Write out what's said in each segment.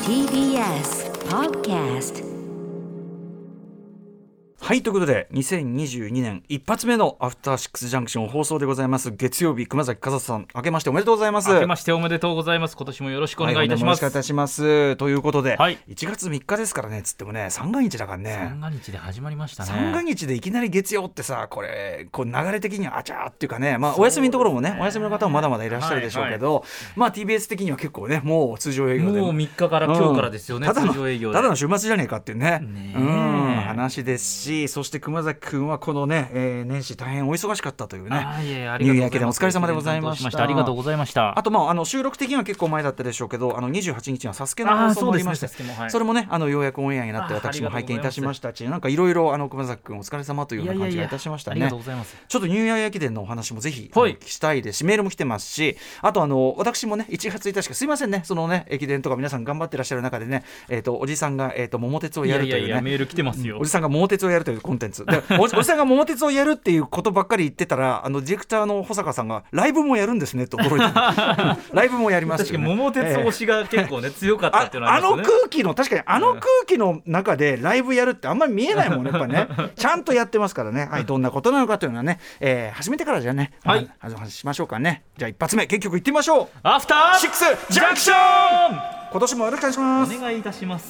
TBS Podcast。 はい、ということで2022年一発目のアフターシックスジャンクション放送でございます。月曜日、熊崎和人さん、明けましておめでとうございます。 明けましておめでとうございます。今年もよろしくお願いいたします。 よろしくお願いいたします。ということで、 はい、 1月3日ですからね、つってもね、三が日だからね。 三が日で始まりましたね。 三が日でいきなり月曜ってさ、こう流れ的にはあちゃーっていうかね、まあお休みのところもね、お休みの方もまだまだいらっしゃるでしょうけど、まあ TBS 的には結構ね、もう通常営業でもう3日から今日からですよね、通常営業でただの週末じゃねえかっていうね、話ですし、そして熊崎君はこのね、年始大変お忙しかったというね、ニューイヤー系でお疲れ様でございました。 ありがとうございました。 あと、収録的には結構前だったでしょうけど、28日にはサスケの放送もありまして、それもね、ようやくオンエアになって私も拝見いたしましたし、なんかいろいろ熊崎君お疲れ様というような感じがいたしましたね。 ありがとうございます。 ちょっとニューイヤー駅伝のお話もぜひお聞きしたいですし、メールも来てますし、あと私もね、1月1日か、すいませんね、そのね、駅伝とか皆さん頑張ってらっしゃる中でね、おじさんが桃鉄をやるというね、 メール来てますよ。 おじさんが桃鉄をやるというコンテンツで、おじさんが桃鉄をやるっていうことばっかり言ってたら、ディレクターの保坂さんがライブもやるんですねと驚いてライブもやりますよね。 確かに桃鉄推しが結構ね、強かったっていうのはありますよね。 確かに空気の中でライブやるってあんまり見えないもんね、やっぱねちゃんとやってますからね。はい、どんなことなのかというのはね、始めてからじゃあね、はい、話しましょうかね。じゃあ一発目結局いってみましょう。 アフターシックスジャンクション、今年もよろしくお願いします。 お願いいたします。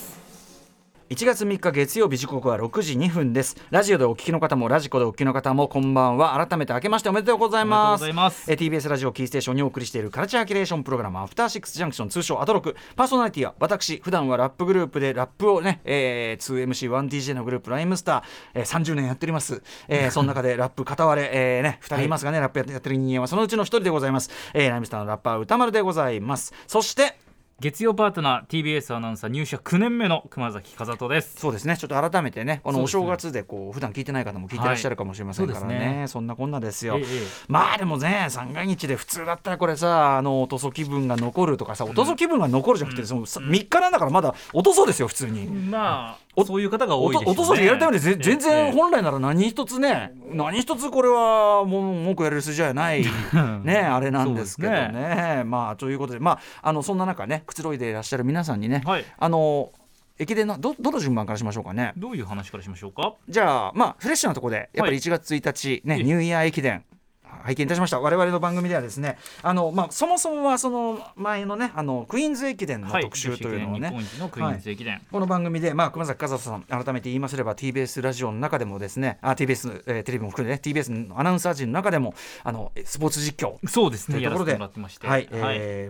1月3日月曜日、時刻は6時2分です。ラジオでお聞きの方もラジコでお聞きの方もこんばんは。改めて明けましておめでとうございます。TBS ラジオキーステーションにお送りしているカルチャーキュレーションプログラムアフターシックスジャンクション、通称アトロク。パーソナリティは私、普段はラップグループでラップをね、2MC1DJ のグループライムスター、30年やっております。その中でラップ片割れ、2人いますがね、ラップやってる人間はそのうちの1人でございます。ライムスターのラッパー歌丸でございます。そして月曜パートナー TBS アナウンサー入社9年目の熊崎和人です。 そうですね、ちょっと改めてね、お正月で普段聞いてない方も聞いてらっしゃるかもしれませんからね、そんなこんなですよ。まあでもね、三が日で普通だったらこれさ、おとそ気分が残るとかさ、おとそ気分が残るじゃなくて、その3日なんだからまだおとそですよ普通に。 まあそういう方が多いでしょうね。 おとそでやるために全然本来なら何一つこれはもう文句やれる筋合いないねあれなんですけどね。まあということで、そんな中ね、くつろいでいらっしゃる皆さんにね、駅伝のどの順番からしましょうかね。 どういう話からしましょうか。 じゃあフレッシュなところでやっぱり1月1日ね、ニューイヤー駅伝拝見いたしました。我々の番組ではですね、そもそもはその前のね、クイーンズ駅伝の特集というのをね、 日本一のクイーンズ駅伝、 この番組で、熊崎和人さん、改めて言いますれば TBS ラジオの中でもですね、TBS、テレビも含めてね、TBS のアナウンサー陣の中でもスポーツ実況、 そうですね、 というところでやらせてもらってまして、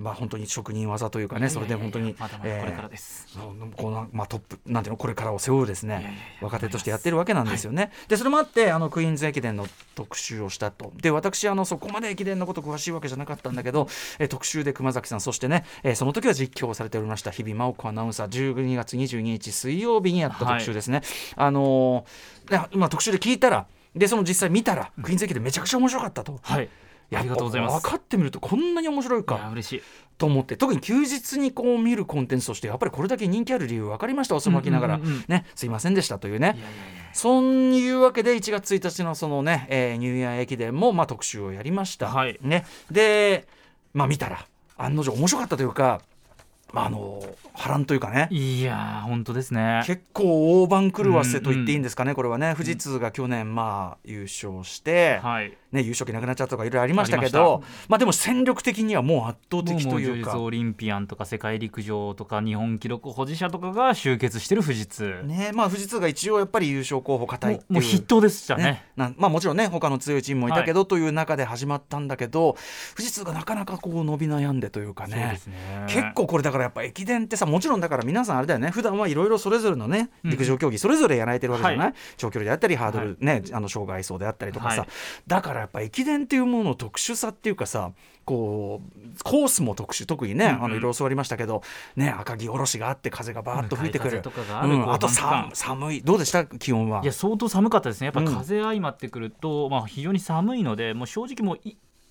本当に職人技というかね、それで本当にまだまだこれからです。 このトップなんていうの、これからを背負うですね、若手としてやってるわけなんですよね。でそれもあってクイーンズ駅伝の特集をしたと。で私そこまで駅伝のこと詳しいわけじゃなかったんだけど、特集で熊崎さん、そしてね、その時は実況をされておりました日比真央子アナウンサー、12月22日水曜日にやった特集ですね。特集で聞いたら、でその実際見たら、クイーンズ駅伝めちゃくちゃ面白かったと。 はい、ありがとうございます。 分かってみるとこんなに面白いか。 いや嬉しいと思って、特に休日に見るコンテンツとしてやっぱりこれだけ人気ある理由分かりました。おそまきながら、ね、すいませんでしたというね。そういうわけで1月1日のそのね、ニューイヤー駅伝も特集をやりました、ね。で見たら案の定面白かったというか、波乱というかね。 いや本当ですね。 結構大番狂わせと言っていいんですかね、これはね。富士通が去年優勝して、優勝権なくなっちゃったとかいろいろありましたけど、でも戦力的にはもう圧倒的というか、 もうオリンピアンとか世界陸上とか日本記録保持者とかが集結してる富士通、 ね。富士通が一応やっぱり優勝候補固いっていう、 もう筆頭でしたね。 もちろんね他の強いチームもいたけど、という中で始まったんだけど、富士通がなかなか伸び悩んでというかね。 そうですね。 結構これだからやっぱ駅伝ってさ、もちろんだから皆さんあれだよね、普段はいろいろそれぞれのね陸上競技それぞれやられてるわけじゃない、長距離であったりハードルね、障害走であったりとかさ、だからやっぱ駅伝っていうものの特殊さっていうかさ、コースも特にね、いろいろ教わりましたけどね、赤城おろしがあって風がバーッと吹いてくる、あと寒い。どうでした気温は。 いや相当寒かったですね。やっぱ風相まってくると、非常に寒いので、もう正直もう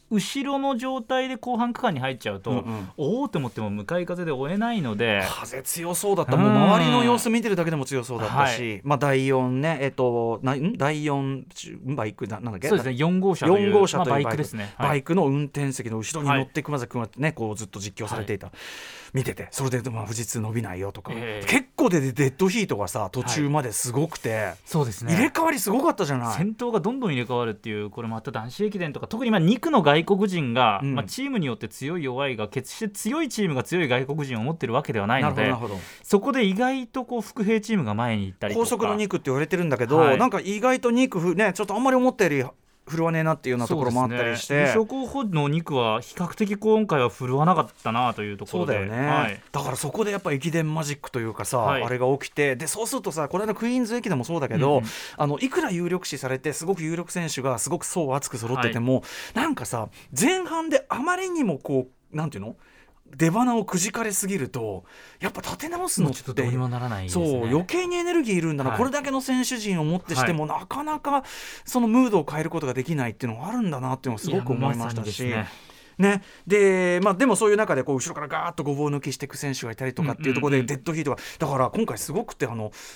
後ろの状態で後半区間に入っちゃうと、おおって思っても向かい風で追えないので、 風強そうだった。もう周りの様子見てるだけでも強そうだったし、第4ね、第4バイクなんだっけ。 そうですね、4号車という、バイクですね。 バイクの運転席の後ろに乗って熊崎君はね、こうずっと実況されていた、見てて、それで富士通伸びないよとか、結構でデッドヒートがさ途中まですごくて、 そうですね、 入れ替わりすごかったじゃない。 先頭がどんどん入れ替わるっていう、これまた男子駅伝とか特に2区の外国人が、チームによって強い弱いが決して強いチームが強い外国人を持ってるわけではないので、そこで意外とこう伏兵チームが前に行ったりとか、 高速の2区って言われてるんだけど、なんか意外と2区ねちょっとあんまり思ったより振るわねえなっていうようなところもあったりして、 優勝候補の2区は比較的今回は振るわなかったなというところで。 そうだよね、だからそこでやっぱ駅伝マジックというかさ、あれが起きて、でそうするとさ、これのクイーンズ駅伝もそうだけど、いくら有力視されてすごく有力選手がすごく層厚く揃ってても、なんかさ前半であまりにもこうなんていうの出花をくじかれすぎるとやっぱ立て直すのってちょっとどうにもならないですね。 そう余計にエネルギーいるんだな、これだけの選手陣をもってしても、なかなかそのムードを変えることができないっていうのがあるんだなっていうのをすごく思いましたし、ね、でもそういう中でこう後ろからガーッとごぼう抜きしていく選手がいたりとかっていうところでデッドヒートが、だから今回すごくて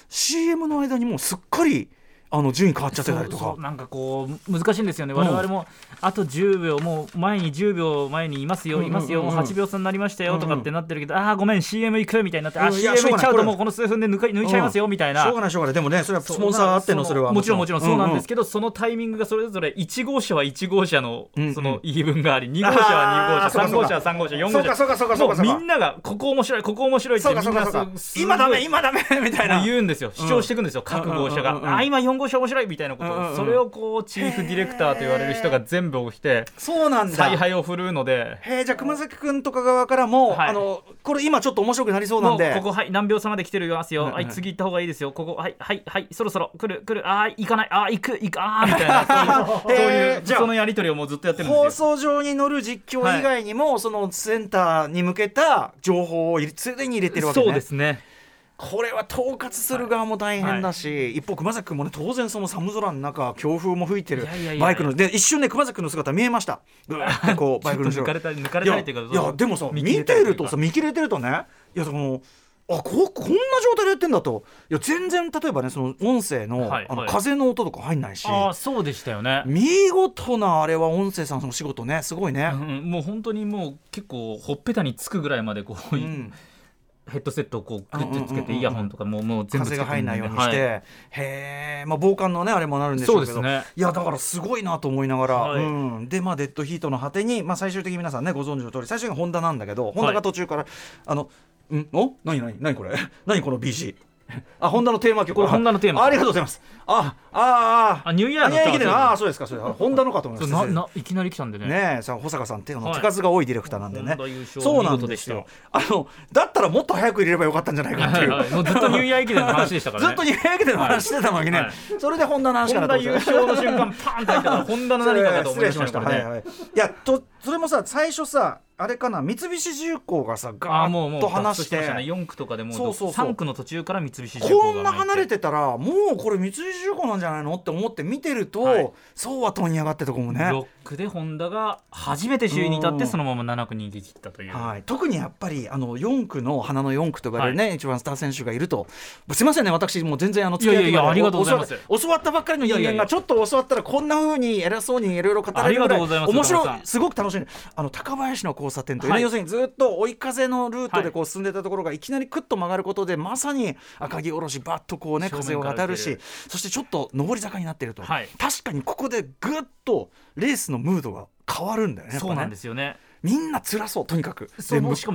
CM の間にもうすっかり順位変わっちゃってたりとか、 そうなんかこう難しいんですよね。我々もあと10秒もう前に10秒前にいますよ、もう8秒差になりましたよとかってなってるけど、ごめん CM 行くみたいになって、CM 行っちゃうともうこの数分で抜いちゃいますよみたいな、 しょうがないでもね、それはスポンサーあってのそれはもちろんそうなんですけど、そのタイミングがそれぞれ1号車は1号車のその言い分があり、2号車は2号車、3号車は3号車、4号車、もうみんながここ面白いここ面白いってみんな今ダメみたいな言うんですよ。主張していくんですよ、各号車が。今4号車面白いみたいな、それをこうチーフディレクターと言われる人が全部起きて、 そうなんだ、 采配を振るうので、 じゃあ熊崎君とか側からも、これ今ちょっと面白くなりそうなんで、 ここ何秒差まで来てるよますよ、次行った方がいいですよ、ここはいそろそろ来る行かない行くみたいな、そういうそのやり取りをもうずっとやってるんですよ。 放送上に乗る実況以外にも、そのセンターに向けた情報をすでに入れてるわけね。 そうですね。 これは統括する側も大変だし、一方熊崎君もね、当然その寒空の中強風も吹いてるバイクので一瞬ね熊崎君の姿見えました。こうバイクの後ろ抜かれたりっていうか、 いやでもさ見てるとさ、見切れてるとね、いやそのこんな状態でやってんだと、いや全然例えばね、その音声の、風の音とか入んないし、 そうでしたよね。 見事なあれは音声さんの仕事ね、すごいね、 もう本当にもう結構ほっぺたにつくぐらいまでこう、ヘッドセットをこうグッてつけて、イヤホンとかもう全部つけて、 風が入んないようにして、防寒のねあれもなるんでしょうけど、 そうですね、 いやだからすごいなと思いながら、でデッドヒートの果てに、最終的に皆さんねご存知の通り、最初にホンダなんだけど、ホンダが途中から何これ何この BG ホンダのテーマ曲、 これホンダのテーマ、 ありがとうございます。 ニューイヤーの駅伝、そうですか、それホンダのかと思いました。 いきなり来たんでね。 保坂さんって手数が多いディレクターなんでね。 そうなんですよ。 だったらもっと早く入れればよかったんじゃないかっていう。 もうずっとニューイヤー駅伝の話でしたからね。 ずっとニューイヤー駅伝の話してたのにね。それでホンダの話から。 ホンダ優勝の瞬間パーンと入ったからホンダの何かかと思いましたね。 いやそれもさ、最初さあれかな、三菱重工がさガーッと話して、 4区とかでも3区の途中から三菱重工がこんな離れてたらもうこれ三菱重工なんじゃないのって思って見てると、そうは問屋がってとこもね、 6区でホンダが初めて首位に立ってそのまま7区に逃げ切ったという、 特にやっぱり4区の花の4区とかでね、一番スター選手がいると、すいませんね、私もう全然付き合いありがとうございます。 教わったばっかりの人間がちょっと教わったらこんな風に偉そうにいろいろ語られるぐらい面白い、すごく楽しい。高林の交差点というね、要するにずっと追い風のルートでこう進んでたところがいきなりクッと曲がることで、まさに赤城おろしバッとこうね風を渡るし、そしてちょっと上り坂になっていると、確かにここでぐっとレースのムードが変わるんだよね。 そうなんですよね。 みんな辛そう、とにかく。 しかも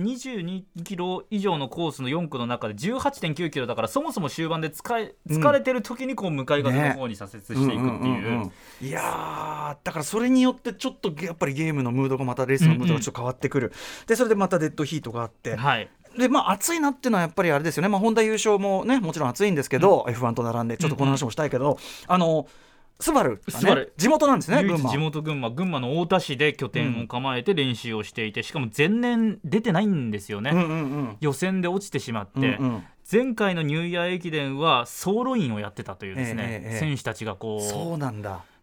22キロ以上のコースの4区の中で 18.9 キロだから、そもそも終盤で疲れてる時にこう向かい風の方に左折していくっていう、 いやだからそれによってちょっとやっぱりゲームのムードがまたレースのムードがちょっと変わってくる、でそれでまたデッドヒートがあって、で熱いなっていうのはやっぱりあれですよね、ホンダ優勝もねもちろん熱いんですけど、F1 と並んでちょっとこの話もしたいけど、スバル、地元なんですね。 地元群馬の太田市で拠点を構えて練習をしていて、しかも前年出てないんですよね、予選で落ちてしまって、前回のニューイヤー駅伝は走路員をやってたというですね、選手たちがこう、 そうなんだ。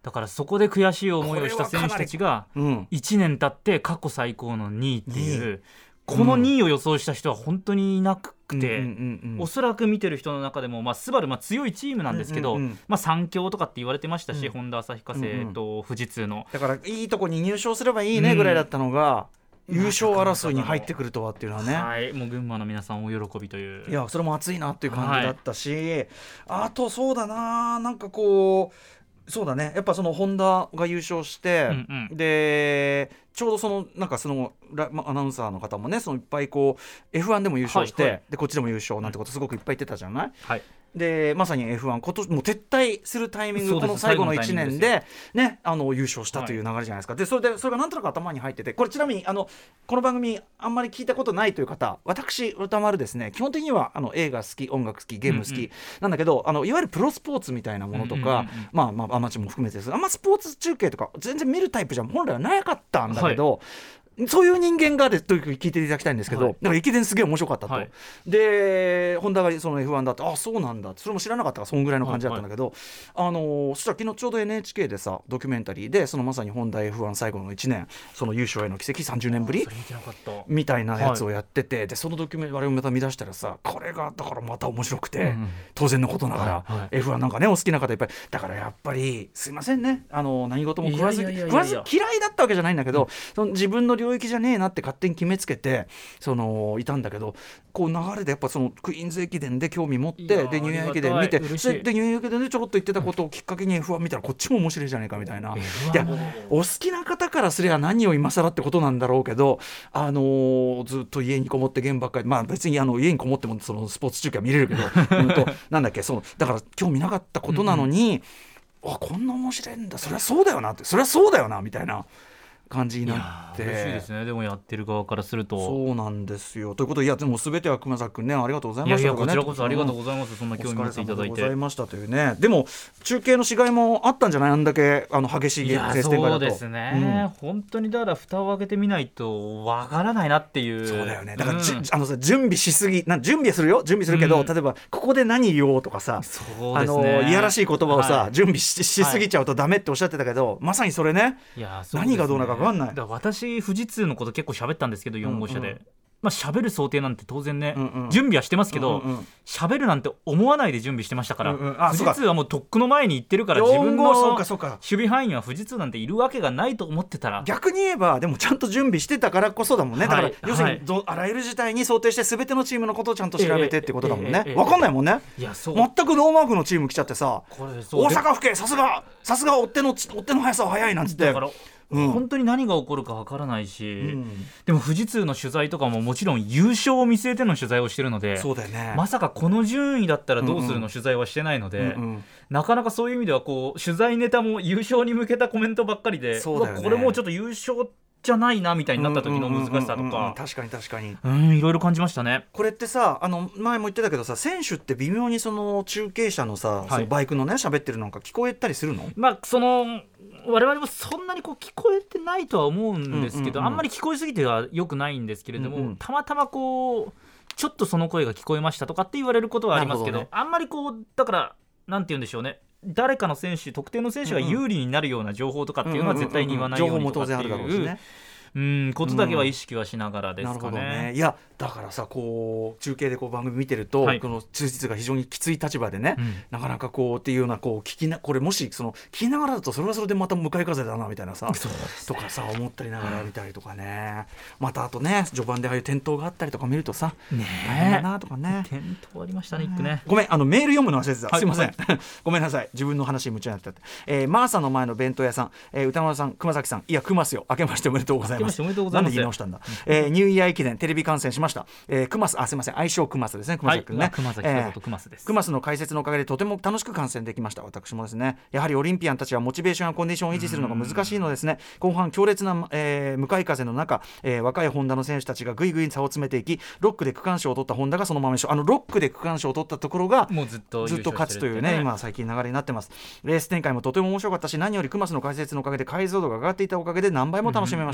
だからそこで悔しい思いをした選手たちが1年経って過去最高の2位っていう、この2位を予想した人は本当にいなくて、おそらく見てる人の中でも、スバル強いチームなんですけど、3強とかって言われてましたし、ホンダ旭化成と富士通の、 だからいいとこに入賞すればいいねぐらいだったのが、優勝争いに入ってくるとはっていうのはね、 はい、もう群馬の皆さん大喜びという、 いやそれも熱いなっていう感じだったし、あとそうだな、なんかこうそうだね、やっぱそのホンダが優勝して、でちょうどそのなんかそのアナウンサーの方もね、そのいっぱいこう F1 でも優勝して、でこっちでも優勝なんてことすごくいっぱい言ってたじゃない、でまさに F1 今年もう撤退するタイミング、この最後の1年でね、優勝したという流れじゃないですか。でそれがなんとなく頭に入ってて、これちなみにこの番組あんまり聞いたことないという方、私歌丸ですね、基本的には映画好き、音楽好き、ゲーム好きなんだけど、いわゆるプロスポーツみたいなものとか、アマチュアも含めてです、あんまスポーツ中継とか全然見るタイプじゃ本来はなかったんだけど、そういう人間がという聞いていただきたいんですけど、だから駅伝すげえ面白かったと、でホンダがその F1 だって、あそうなんだ、それも知らなかったからそんぐらいの感じだったんだけど、そしたら昨日ちょうど NHK でさドキュメンタリーで、そのまさにホンダ F1 最後の1年、その優勝への奇跡30年ぶりみたいなやつをやってて、でそのドキュメンタリーをまた見出したらさ、これがだからまた面白くて、当然のことながら、F1 なんかねお好きな方いっぱいだから、やっぱりすいませんね、何事も食わず嫌いだったわけじゃないんだけど、その自分の領域じゃねえなって勝手に決めつけていたんだけど、こう流れでやっぱそのクイーンズ駅伝で興味持って、でニューイヤー駅伝見て、でニューイヤー駅伝でちょろっと言ってたことをきっかけに F1 見たら、こっちも面白いじゃないかみたいな、いやお好きな方からすれば何を今更ってことなんだろうけど、ずっと家にこもってゲームばっかり、別に家にこもってもそのスポーツ中継は見れるけどなんだっけ、だから興味なかったことなのに、こんな面白いんだ、そりゃそうだよなって、そりゃそうだよなみたいな感じになって、 嬉しいですね。でもやってる側からするとそうなんですよ。ということで、いやでも全ては熊崎くんね、ありがとうございました。 こちらこそありがとうございます。そんな興味持っていただいて、 ございましたというね。でも中継のしがいもあったんじゃない、あんだけ激しいレース展開だと。 そうですね、本当にだから蓋を開けてみないとわからないなっていう。 そうだよね。だから準備しすぎ、準備するけど、例えばここで何言おうとかさ、 そうですね、 いやらしい言葉をさ、準備 しすぎちゃうとダメっておっしゃってたけど、まさにそれね。 いや何がどうなるか分かんない。 私富士通のこと結構喋ったんですけど、4号車で、喋る想定なんて当然ね、準備はしてますけど、喋るなんて思わないで準備してましたから、富士通はもうとっくの前に行ってるから、自分の守備範囲には富士通なんているわけがないと思ってたら、 逆に言えばでもちゃんと準備してたからこそだもんね。だから要するにあらゆる事態に想定して全てのチームのことをちゃんと調べてってことだもんね。分かんないもんね。全くノーマークのチーム来ちゃってさ、大阪府警さすが追っ手の速さは速いなんつって、 本当に何が起こるかわからないし、でも富士通の取材とかももちろん優勝を見据えての取材をしてるので、 そうだよね、 まさかこの順位だったらどうするの取材はしてないので、なかなかそういう意味ではこう取材ネタも優勝に向けたコメントばっかりで、これもうちょっと優勝じゃないなみたいになった時の難しさとか、 確かにいろいろ感じましたね。 これってさ、前も言ってたけどさ、選手って微妙にその中継車のさ、そのバイクのね喋ってるのが聞こえたりするの？ 我々もそんなにこう聞こえてないとは思うんですけど、あんまり聞こえすぎては良くないんですけれども、たまたまこうちょっとその声が聞こえましたとかって言われることはありますけど、あんまりこうだからなんて言うんでしょうね、誰かの選手、特定の選手が有利になるような情報とかっていうのは絶対に言わないようにとかっていうことだけは意識はしながらですかね。なるほどね。 いやだからさ、こう中継でこう番組見てると、この通知が非常にきつい立場でね、なかなかこうっていうようなこうこれもしその聞きながらだとそれはそれでまた向かい風だなみたいなさ、とかさ思ったりながら見たりとかね、またあとね序盤でああいう転倒があったりとか見るとさ、大変だなとかね。 転倒ありましたね、一句ね。 ごめんメール読むの忘れてた、すいませんごめんなさい、自分の話に夢中になってた。マーサの前の弁当屋さん、歌丸さん、熊崎さん、いや熊すよ、明けましておめでとうございます。なんで言い直したんだ。ニューイヤー駅伝テレビ観戦しました。熊すいません、愛称熊すですね、熊崎くんね。 熊崎さんと熊すです。 熊すの解説のおかげでとても楽しく観戦できました。私もですね、やはりオリンピアンたちはモチベーションやコンディションを維持するのが難しいのですね。後半強烈な、向かい風の中、若いホンダの選手たちがぐいぐい差を詰めていき、6区で区間賞を取ったホンダがそのまま6区で区間賞を取ったところがもうずっと勝つというね、今最近流れになってます。レース展開もとても面白かったし、何より熊すの解説のおかげで解像度が上がっていたおかげで何倍も楽しめました。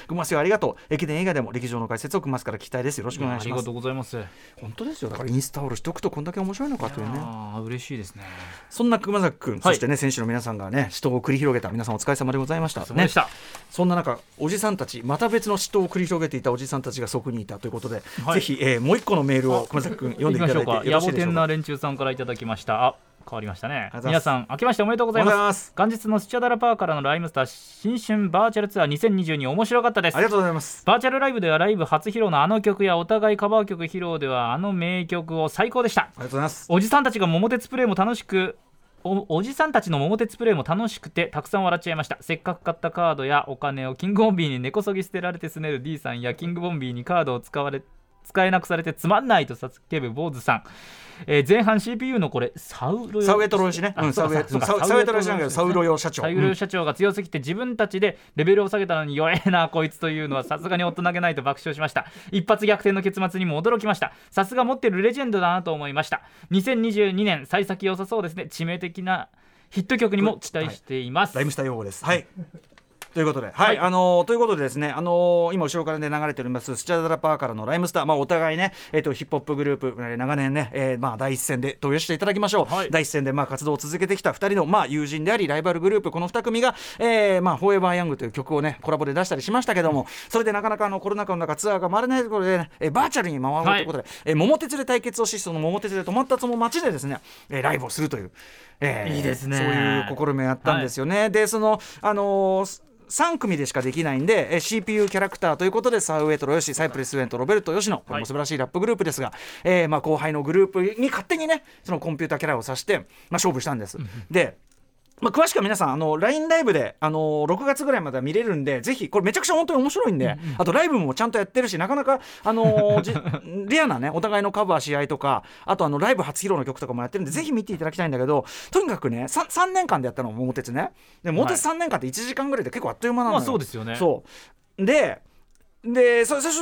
くまますよありがとう。駅伝以外でも歴場の解説をくますから期待です。よろしくお願いします。 ありがとうございます。 本当ですよ。だからインスタフォローしておくとこんだけ面白いのかというね。 嬉しいですね。 そんな熊崎君、そしてね選手の皆さんがね死闘を繰り広げた皆さんお疲れ様でございました。 そうでした。 そんな中おじさんたちまた別の死闘を繰り広げていたおじさんたちがそこにいたということで、ぜひ、もう一個のメールを熊崎君読んでいただいてよろしいでしょうか。 野暮天な連中さんからいただきました。変わりましたね。皆さん明けましておめでとうございます。元日のスチャダラパーからのライムスター新春バーチャルツアー2022面白かったです。 ありがとうございます。 バーチャルライブではライブ初披露のあの曲やお互いカバー曲披露ではあの名曲を最高でした。 ありがとうございます。 おじさんたちが桃鉄プレイも楽しくおじさんたちの桃鉄プレイも楽しくてたくさん笑っちゃいました。せっかく買ったカードやお金をキングボンビーに根こそぎ捨てられてすねる D さんやキングボンビーにカードを使えなくされてつまんないと叫ぶ坊主さん、前半 CPU のこれサウエトロヨシね、サウエトロヨシなんだけどサウロヨ社長が強すぎて自分たちでレベルを下げたのに弱えなこいつというのはさすがに大人げないと爆笑しました。一発逆転の結末にも驚きました。さすが持ってるレジェンドだなと思いました。2022年幸先良さそうですね。致命的なヒット曲にも期待しています。 ライムスター用語です。はいということで、ということでですね、今後ろから、ね、流れておりますスチャダラパーからのライムスター、お互いね、ヒップホップグループ、長年ね、第一線で投与していただきましょう、第一線で活動を続けてきた2人の、友人でありライバルグループ、この2組が、フォーエバーヤングという曲をねコラボで出したりしましたけども、それでなかなかコロナ禍の中ツアーが回れないところで、ね、バーチャルに回ろうということで、桃鉄で対決をし、その桃鉄で止まったその街でですね、ライブをするという、 いいですね、 そういう試みをやったんですよね。でその3組でしかできないんで、CPU キャラクターということでサウエトロヨシ、サイプレスウェント、ロベルトヨシノ、これも素晴らしいラップグループですが、後輩のグループに勝手にねそのコンピューターキャラを指して、勝負したんです。で詳しくは皆さんLINE ライブで6月ぐらいまでは見れるんで、ぜひこれめちゃくちゃ本当に面白いんで、あとライブもちゃんとやってるし、なかなかレアなねお互いのカバー試合とか、あとライブ初披露の曲とかもやってるんで、ぜひ見ていただきたいんだけど、とにかくね 3年間でやったの桃鉄ね。で桃鉄3年間って1時間ぐらいで結構あっという間なのよ。 そうですよね。 そうで最初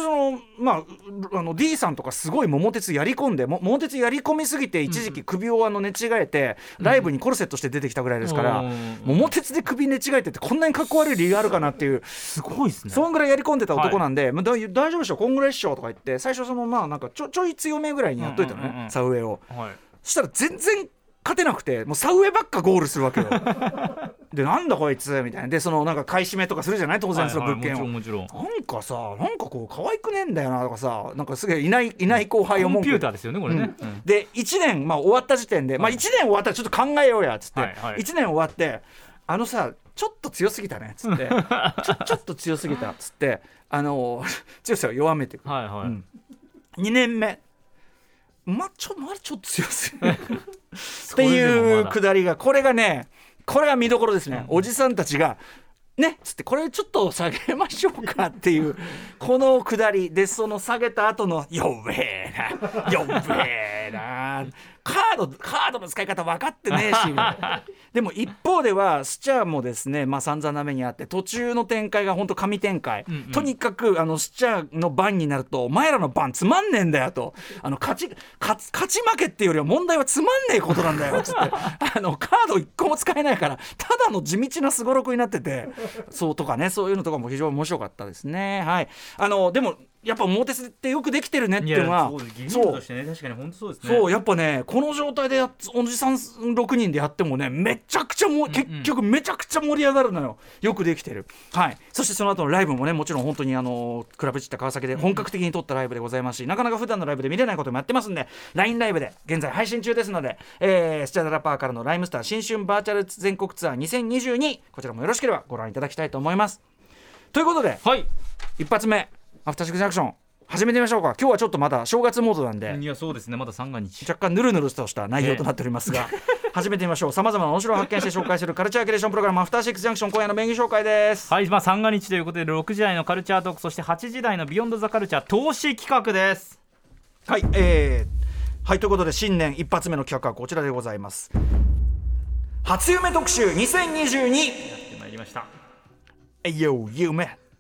D さんとかすごい桃鉄やり込んで、桃鉄やり込みすぎて一時期首を寝違えて、ライブにコルセットして出てきたぐらいですから、桃鉄で首寝違えてってこんなにかっこ悪い理由あるかなっていう、すごいですね。そんぐらいやり込んでた男なんで、大丈夫でしょこんぐらいっしょとか言って、最初なんかちょい強めぐらいにやっといたのね、サウエを、そしたら全然勝てなくて、もうサウエばっかゴールするわけよでなんだこいつみたいな。でなんか買い占めとかするじゃない、当然その物件を、 もちろんなんかさ、なんかこう可愛くねえんだよなとかさ、なんかすげえいない後輩をコンピューターですよねこれね、 で1年終わった時点で、1年終わったらちょっと考えようやっつって、1年終わってちょっと強すぎたねっつってちょっと強すぎたっつって強さを弱めていく、2年目ちょっと強すぎるっていうくだりが、これが見どころですね。おじさんたちがねつって、これちょっと下げましょうかっていうこのくだりで、その下げた後のよべえなカードの使い方分かってねえしでも一方ではスチャーもですね、散々な目にあって、途中の展開が本当神展開、とにかくスチャーの番になると、お前らの番つまんねえんだよと、勝ち負けっていうよりは問題はつまんねえことなんだよつってカード1個も使えないからただの地道なすごろくになってて、そうとかね、そういうのとかも非常に面白かったですね。でもやっぱ桃鉄ってよくできてるねっていうのは、 そうとしてね、確かに本当そうですね。 そうやっぱね、この状態でおじさん6人でやってもね、めちゃくちゃ結局めちゃくちゃ盛り上がるのよ。よくできてる。そしてその後のライブもね、もちろん本当にクラブチッタ川崎で本格的に撮ったライブでございますし、なかなか普段のライブで見れないこともやってますんで、 LINE ライブで現在配信中ですので、スチャダラパーからのライムスター新春バーチャル全国ツアー2022、こちらもよろしければご覧いただきたいと思います。ということで、一発目アフターシックスジャンクション始めてみましょうか。今日はちょっとまだ正月モードなんで、 いやそうですね、まだ三が日、 若干ヌルヌルとした内容となっておりますが、始めてみましょう。さまざまな面白を発見して紹介するカルチャーキュレーションプログラム、アフターシックスジャンクション、今夜のメニュー紹介です。 三が日ということで、6時台のカルチャートーク、そして8時台のビヨンドザカルチャー投資企画です。 ということで新年一発目の企画はこちらでございます。初夢特集2022。やってまいりました。 夢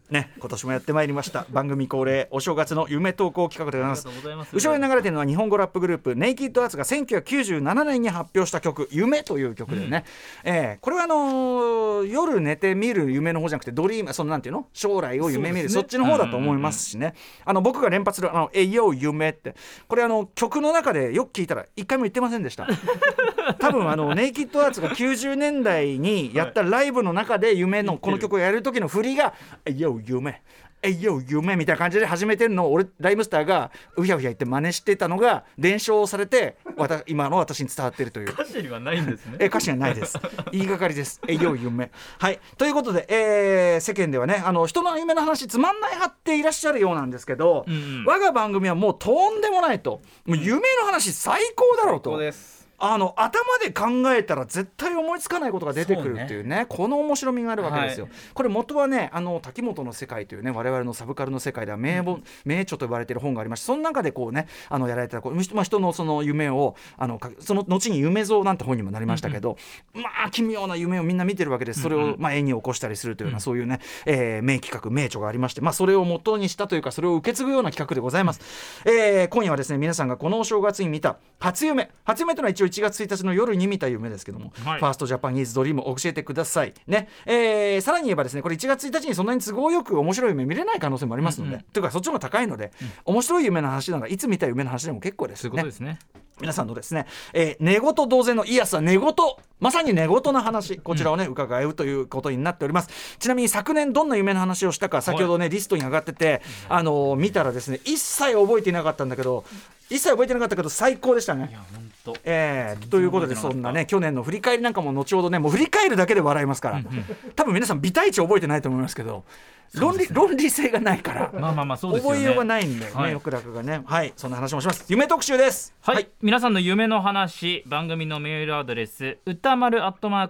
ね、今年もやってまいりました番組恒例お正月の夢投稿企画でございます。後ろに流れているのは日本語ラップグループネイキッドアーツが1997年に発表した曲夢という曲でね、これは夜寝て見る夢の方じゃなくてドリーム、そのなんていうの、将来を夢見る そっちの方だと思いますしね、僕が連発するえいよ夢って、これ曲の中でよく聞いたら一回も言ってませんでした多分ネイキッドアーツが90年代にやったライブの中で夢のこの曲をやる時の振りがえいよ夢えいよ夢みたいな感じで始めてるのを俺ライムスターがうひゃうひゃ言って真似してたのが伝承されて今の私に伝わっているという。 歌詞にはないんですね。 歌詞にはないです。言いがかりです。えいよ夢。はい、ということで、世間ではね人の夢の話つまんない派っていらっしゃるようなんですけど、我が番組はもうとんでもないと、もう夢の話最高だろうと。 そうです。 頭で考えたら絶対思いつかないことが出てくるっていうね、この面白みがあるわけですよ、はい、これ元はね滝本の世界というね我々のサブカルの世界では名著と呼ばれている本がありまして、その中でこうねやられた人のその夢をその後に夢像なんて本にもなりましたけど、奇妙な夢をみんな見てるわけです。それを絵に起こしたりするというような、そういうね、名企画名著がありまして、それを元にしたというかそれを受け継ぐような企画でございます、今夜はですね皆さんがこのお正月に見た初夢というのは一応1月1日の夜に見た夢ですけども、はい、ファーストジャパニーズドリームを教えてくださいね。さらに言えばですねこれ1月1日にそんなに都合よく面白い夢見れない可能性もありますので、というかそっちの方が高いので、面白い夢の話ならいつ見た夢の話でも結構ですね。 そういうことですね。 皆さんのですね、寝言同然のイヤスは寝言、まさに寝言の話、こちらをね、伺うということになっております。ちなみに昨年どんな夢の話をしたか先ほどね、リストに上がってて見たらですね一切覚えていなかったんだけど最高でしたね。 いや本当、 ということでそんなね去年の振り返りなんかも後ほどね、もう振り返るだけで笑いますから多分皆さん微体値覚えてないと思いますけど、論理性がないからそうですよね、 覚えようがないんだよね、よく楽がね。はい、そんな話もします。夢特集です。 はい、皆さんの夢の話、番組のメールアドレス歌丸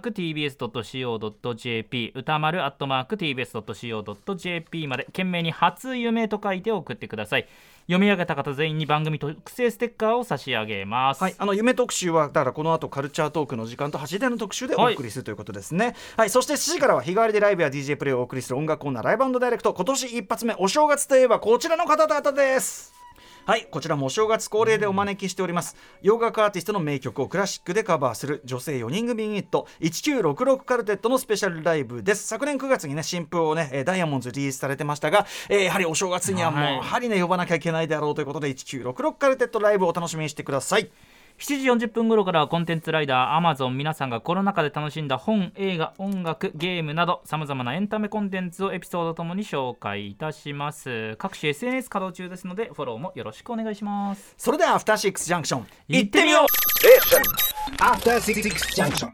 @tbs.co.jp 歌丸@tbs.co.jp まで懸命に初夢と書いて送ってください。読み上げた方全員に番組特製ステッカーを差し上げます。 はい、夢特集はだからこの後カルチャートークの時間と8時台の特集でお送りするということですね。はい、そして7時からは日替わりでライブや DJ プレイをお送りする音楽コーナーライブ&ダイレクト。今年一発目お正月といえばこちらの方々です。はい、こちらもお正月恒例でお招きしております。洋楽アーティストの名曲をクラシックでカバーする女性4人組ユニット1966カルテットのスペシャルライブです。昨年9月にね新譜をねダイヤモンドリリースされてましたが、やはりお正月にはもうやはりね呼ばなきゃいけないであろうということで1966カルテットライブをお楽しみにしてください。 7時40分頃からはコンテンツライダー Amazon、 皆さんがコロナ禍で楽しんだ本、映画、音楽、ゲームなどさまざまなエンタメコンテンツをエピソードともに紹介いたします。各種 SNS 稼働中ですのでフォローもよろしくお願いします。 それではアフターシックスジャンクション行ってみよう。アフターシックスジャンクション